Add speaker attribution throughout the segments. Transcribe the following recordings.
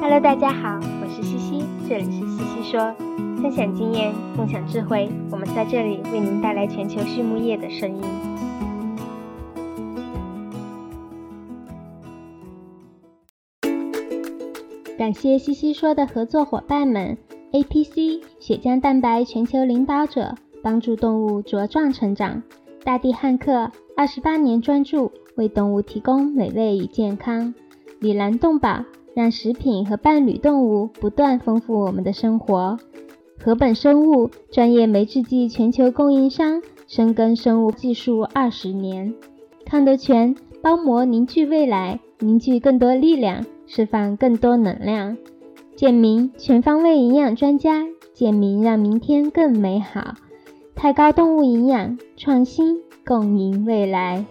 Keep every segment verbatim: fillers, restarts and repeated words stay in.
Speaker 1: Hello， 大家好，我是西西，这里是西西说，分享经验，共享智慧，我们在这里为您带来全球畜牧业的声音。感谢西西说的合作伙伴们 A P C 血浆蛋白全球领导者，帮助动物茁壮成长。大地汉克二十八年专注为动物提供美味与健康。里兰动保让食品和伴侣动物不断丰富我们的生活。禾本生物专业酶制剂全球供应商，深耕生物技术二十年。康德全包膜凝聚未来，凝聚更多力量，释放更多能量。健明全方位营养专家，健明让明天更美好。太高动物营养创新，共赢未来。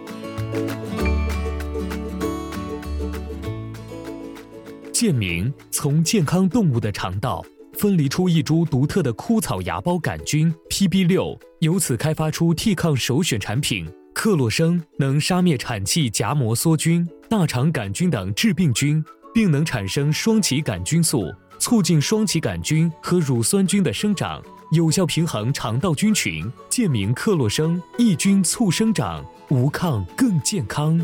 Speaker 2: 健明从健康动物的肠道分离出一株独特的枯草芽孢杆菌 P B 六， 由此开发出替抗首选产品克洛生，能杀灭产气荚膜梭菌、大肠杆菌等致病菌，并能产生双歧杆菌素，促进双歧杆菌和乳酸菌的生长，有效平衡肠道菌群。健明克洛生抑菌促生长，无抗更健康。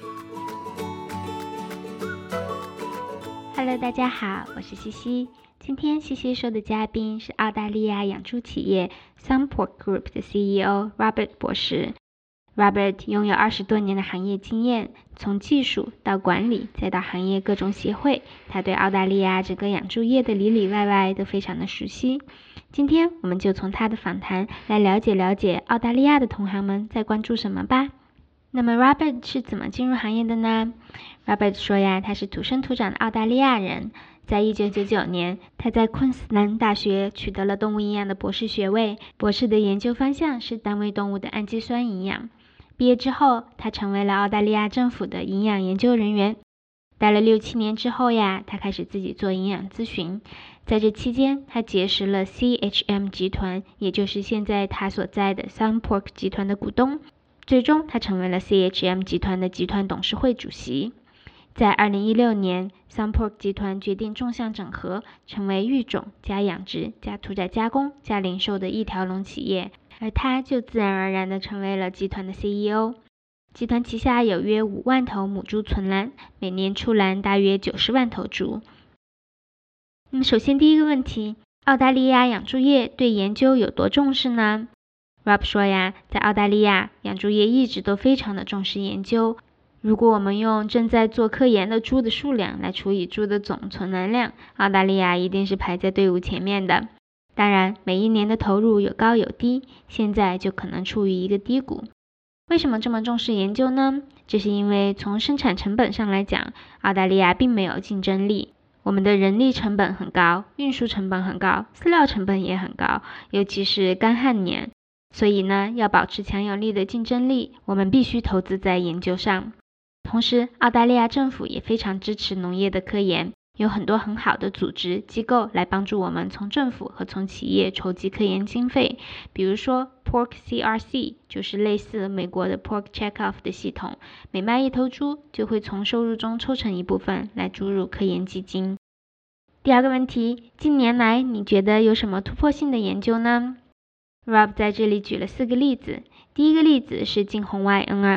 Speaker 1: Hello， 大家好，我是西西。今天西西说的嘉宾是澳大利亚养猪企业 Sunpork Group 的 C E O Robert 博士。Robert 拥有二十多年的行业经验，从技术到管理，再到行业各种协会，他对澳大利亚整个养猪业的里里外外都非常的熟悉。今天我们就从他的访谈来了解了解澳大利亚的同行们在关注什么吧。那么 Robert 是怎么进入行业的呢？ Robert 说呀，他是土生土长的澳大利亚人。在一九九九年，他在昆士兰大学取得了动物营养的博士学位，博士的研究方向是单位动物的氨基酸营养。毕业之后，他成为了澳大利亚政府的营养研究人员。待了六七年之后呀，他开始自己做营养咨询。在这期间，他结识了 C H M 集团，也就是现在他所在的 Sunpork 集团的股东。最终，他成为了 C H M 集团的集团董事会主席。在二零一六年 Sunpork 集团决定纵向整合，成为育种加养殖加屠宰加工加零售的一条龙企业，而他就自然而然地成为了集团的 C E O。 集团旗下有约五万头母猪存栏，每年出栏大约九十万头猪。那么首先第一个问题，澳大利亚养猪业对研究有多重视呢？ Rob 说呀，在澳大利亚养猪业一直都非常的重视研究。如果我们用正在做科研的猪的数量来除以猪的总存栏量，澳大利亚一定是排在队伍前面的。当然，每一年的投入有高有低，现在就可能处于一个低谷。为什么这么重视研究呢？这是因为从生产成本上来讲，澳大利亚并没有竞争力。我们的人力成本很高，运输成本很高，饲料成本也很高，尤其是干旱年。所以呢，要保持强有力的竞争力，我们必须投资在研究上。同时，澳大利亚政府也非常支持农业的科研，有很多很好的组织机构来帮助我们从政府和从企业筹集科研经费。比如说 Pork C R C 就是类似美国的 Pork Checkoff 的系统，每卖一头猪就会从收入中抽成一部分来注入科研基金。第二个问题，近年来你觉得有什么突破性的研究呢？ Rob 在这里举了四个例子。第一个例子是近红外 N I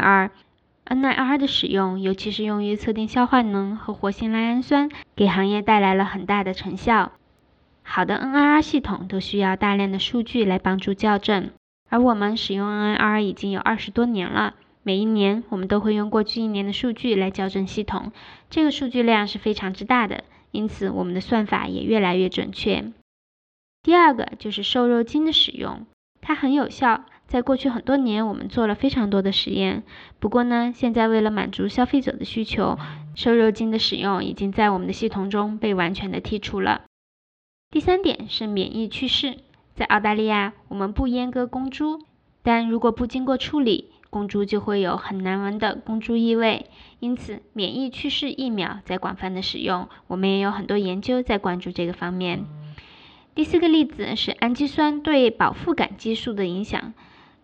Speaker 1: R。N I R 的使用，尤其是用于测定消化能和活性赖氨酸，给行业带来了很大的成效。好的 N I R 系统都需要大量的数据来帮助校正，而我们使用 N I R 已经有二十多年了，每一年我们都会用过去一年的数据来校正系统，这个数据量是非常之大的，因此我们的算法也越来越准确。第二个就是瘦肉精的使用，它很有效。在过去很多年，我们做了非常多的实验。不过呢，现在为了满足消费者的需求，瘦肉精的使用已经在我们的系统中被完全的剔除了。第三点是免疫去势。在澳大利亚，我们不阉割公猪，但如果不经过处理，公猪就会有很难闻的公猪异味。因此，免疫去势疫苗在广泛的使用，我们也有很多研究在关注这个方面。第四个例子是氨基酸对饱腹感激素的影响。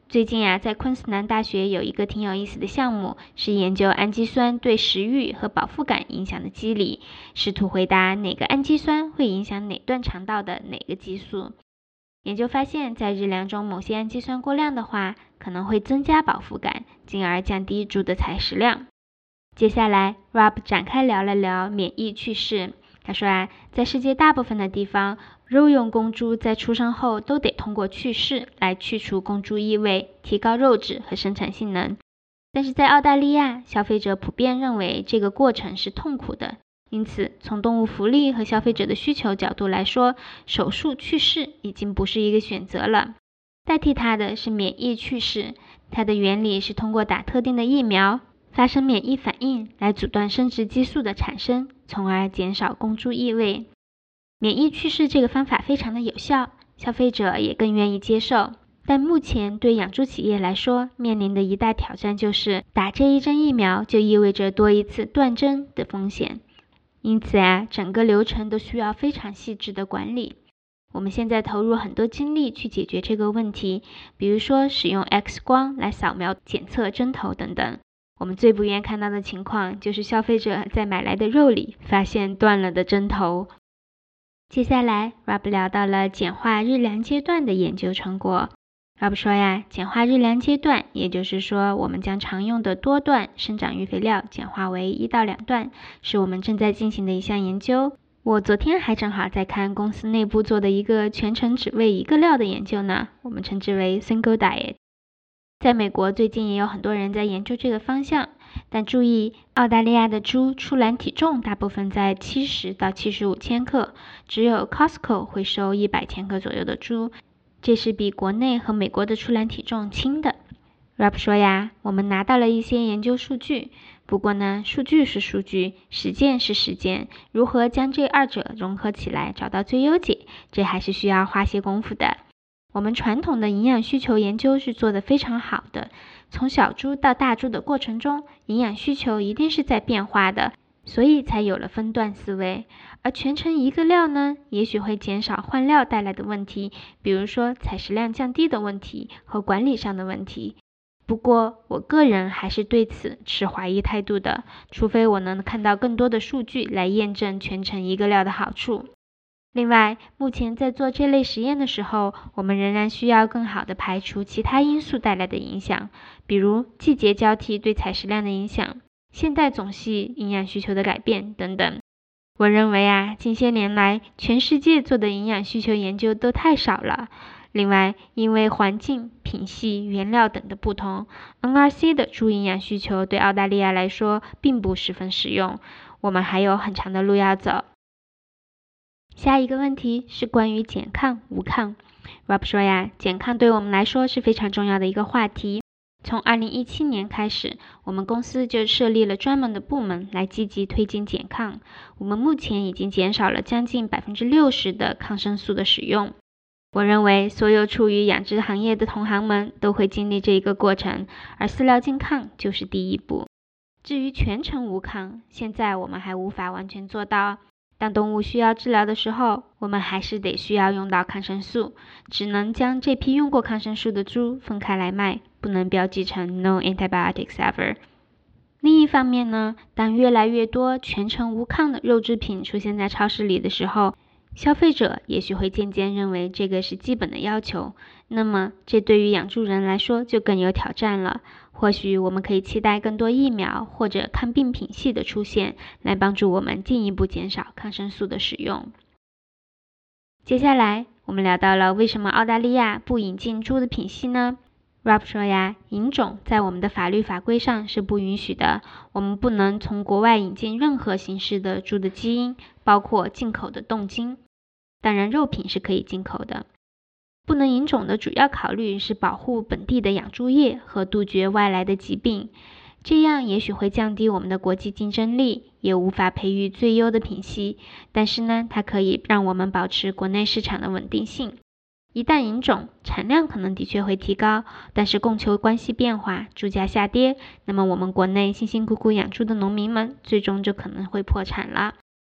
Speaker 1: 最近啊，在昆士兰大学有一个挺有意思的项目，是研究氨基酸对食欲和饱腹感影响的机理，试图回答哪个氨基酸会影响哪段肠道的哪个激素。研究发现，在日粮中某些氨基酸过量的话，可能会增加饱腹感，进而降低猪的采食量。接下来 Rob 展开聊了聊免疫去势。他说啊，在世界大部分的地方，肉用公猪在出生后都得通过去势来去除公猪异味，提高肉质和生产性能。但是在澳大利亚，消费者普遍认为这个过程是痛苦的，因此从动物福利和消费者的需求角度来说，手术去势已经不是一个选择了。代替它的是免疫去势，它的原理是通过打特定的疫苗发生免疫反应来阻断生殖激素的产生，从而减少公猪异味。免疫去势这个方法非常的有效，消费者也更愿意接受。但目前对养猪企业来说，面临的一大挑战就是打这一针疫苗就意味着多一次断针的风险。因此啊，整个流程都需要非常细致的管理。我们现在投入很多精力去解决这个问题，比如说使用 X 光来扫描检测针头等等。我们最不愿看到的情况就是消费者在买来的肉里发现断了的针头。接下来 Rob 聊到了简化日粮阶段的研究成果。Rob 说呀，简化日粮阶段，也就是说我们将常用的多段生长育肥料简化为一到两段，是我们正在进行的一项研究。我昨天还正好在看公司内部做的一个全程只喂一个料的研究呢，我们称之为 Single Diet。在美国最近也有很多人在研究这个方向，但注意，澳大利亚的猪出栏体重大部分在七十到七十五千克，只有 Costco 会收一百千克左右的猪，这是比国内和美国的出栏体重轻的。Rob 说呀，我们拿到了一些研究数据，不过呢，数据是数据，实践是实践，如何将这二者融合起来，找到最优解，这还是需要花些功夫的。我们传统的营养需求研究是做得非常好的，从小猪到大猪的过程中，营养需求一定是在变化的，所以才有了分段思维。而全程一个料呢，也许会减少换料带来的问题，比如说采食量降低的问题和管理上的问题。不过我个人还是对此持怀疑态度的，除非我能看到更多的数据来验证全程一个料的好处。另外，目前在做这类实验的时候，我们仍然需要更好地排除其他因素带来的影响，比如季节交替对采食量的影响、现代种系营养需求的改变等等。我认为啊，近些年来全世界做的营养需求研究都太少了。另外，因为环境、品系、原料等的不同 ，N R C 的猪营养需求对澳大利亚来说并不十分实用，我们还有很长的路要走。下一个问题是关于减抗无抗。Rob 说呀，减抗对我们来说是非常重要的一个话题。从二零一七年开始，我们公司就设立了专门的部门来积极推进减抗。我们目前已经减少了将近 百分之六十 的抗生素的使用。我认为所有处于养殖行业的同行们都会经历这一个过程，而饲料禁抗就是第一步。至于全程无抗，现在我们还无法完全做到。当动物需要治疗的时候，我们还是得需要用到抗生素，只能将这批用过抗生素的猪分开来卖，不能标记成 No antibiotics ever。另一方面呢，当越来越多全程无抗的肉制品出现在超市里的时候，消费者也许会渐渐认为这个是基本的要求，那么这对于养猪人来说就更有挑战了。或许我们可以期待更多疫苗或者抗病品系的出现，来帮助我们进一步减少抗生素的使用。接下来我们聊到了为什么澳大利亚不引进猪的品系呢？ Rob 说呀，引种在我们的法律法规上是不允许的，我们不能从国外引进任何形式的猪的基因，包括进口的冻精。当然肉品是可以进口的。不能引种的主要考虑是保护本地的养猪业和杜绝外来的疾病，这样也许会降低我们的国际竞争力，也无法培育最优的品系，但是呢，它可以让我们保持国内市场的稳定性。一旦引种，产量可能的确会提高，但是供求关系变化，猪价下跌，那么我们国内辛辛苦苦养猪的农民们最终就可能会破产了。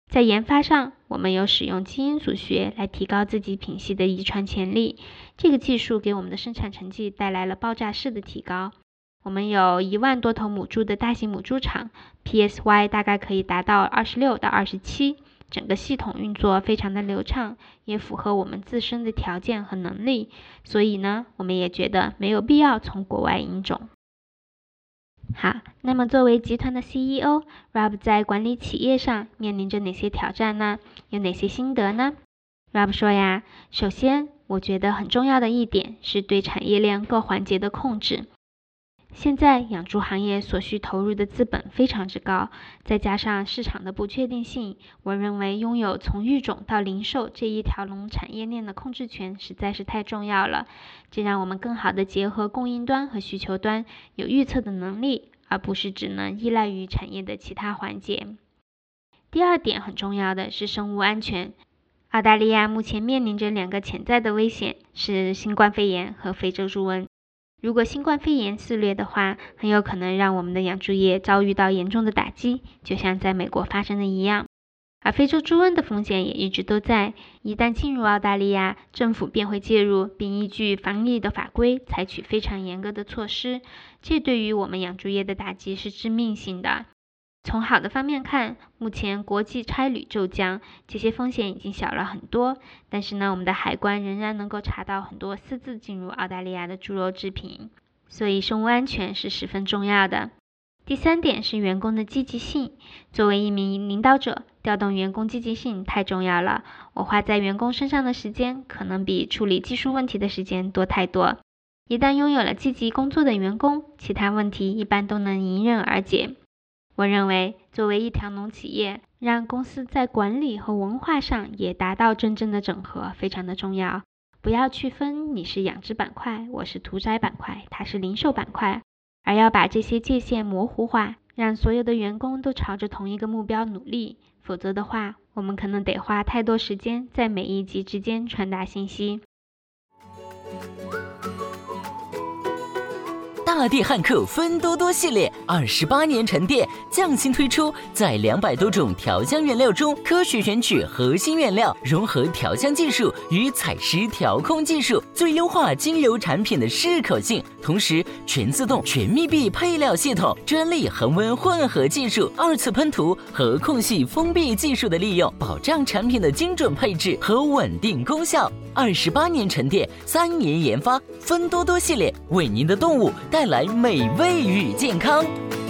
Speaker 1: 在研发上，我们有使用基因组学来提高自己品系的遗传潜力，这个技术给我们的生产成绩带来了爆炸式的提高。我们有一万多头母猪的大型母猪场 ，P S Y 大概可以达到二十六到二十七，整个系统运作非常的流畅，也符合我们自身的条件和能力，所以呢，我们也觉得没有必要从国外引种。好，那么作为集团的 C E O，Rob 在管理企业上面临着哪些挑战呢？有哪些心得呢？ Rob 说呀，首先，我觉得很重要的一点是对产业链各环节的控制。现在养猪行业所需投入的资本非常之高，再加上市场的不确定性，我认为拥有从育种到零售这一条龙产业链的控制权实在是太重要了，这让我们更好地结合供应端和需求端，有预测的能力，而不是只能依赖于产业的其他环节。第二点很重要的是生物安全。澳大利亚目前面临着两个潜在的危险，是新冠肺炎和非洲猪瘟。如果新冠肺炎肆虐的话，很有可能让我们的养猪业遭遇到严重的打击，就像在美国发生的一样。而非洲猪瘟的风险也一直都在，一旦进入澳大利亚，政府便会介入，并依据防疫的法规采取非常严格的措施，这对于我们养猪业的打击是致命性的。从好的方面看，目前国际差旅骤降，这些风险已经小了很多，但是呢，我们的海关仍然能够查到很多私自进入澳大利亚的猪肉制品，所以生物安全是十分重要的。第三点是员工的积极性，作为一名领导者，调动员工积极性太重要了，我花在员工身上的时间可能比处理技术问题的时间多太多。一旦拥有了积极工作的员工，其他问题一般都能迎刃而解。我认为，作为一条龙企业，让公司在管理和文化上也达到真正的整合，非常的重要。不要区分你是养殖板块，我是屠宰板块，它是零售板块，而要把这些界限模糊化，让所有的员工都朝着同一个目标努力。否则的话，我们可能得花太多时间在每一级之间传达信息。
Speaker 3: 大地汉克芬多多系列二十八年沉淀，匠心推出，在两百多种调香原料中科学选取核心原料，融合调香技术与采湿调控技术，最优化精油产品的适口性。同时，全自动、全密闭配料系统、专利恒温混合技术、二次喷涂和空隙封闭技术的利用，保障产品的精准配置和稳定功效。二十八年沉淀，三年研发，芬多多系列为您的动物带来美味与健康。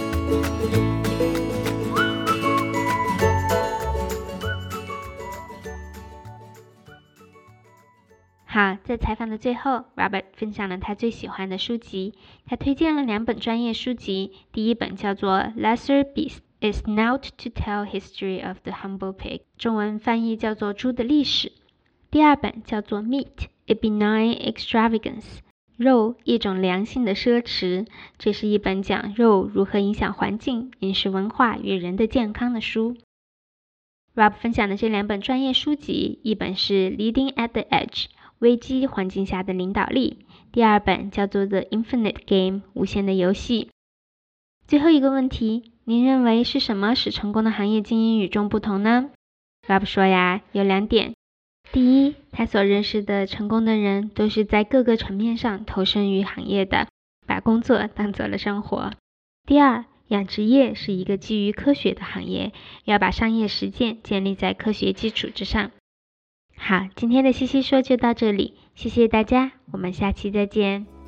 Speaker 1: 好，在采访的最后 Robert 分享了他最喜欢的书籍，他推荐了两本专业书籍，第一本叫做 Lesser Beast Is Not to Tell History of the Humble Pig， 中文翻译叫做猪的历史。第二本叫做 Meat, a Benign Extravagance， 肉，一种良性的奢侈，这是一本讲肉如何影响环境、饮食文化与人的健康的书。Rob 分享的这两本专业书籍，一本是 Leading at the Edge， 危机环境下的领导力，第二本叫做 The Infinite Game， 无限的游戏。最后一个问题，您认为是什么使成功的行业精英与众不同呢？ Rob 说呀，有两点。第一，他所认识的成功的人都是在各个层面上投身于行业的，把工作当做了生活。第二，养殖业是一个基于科学的行业，要把商业实践建立在科学基础之上。好，今天的西西说就到这里，谢谢大家，我们下期再见。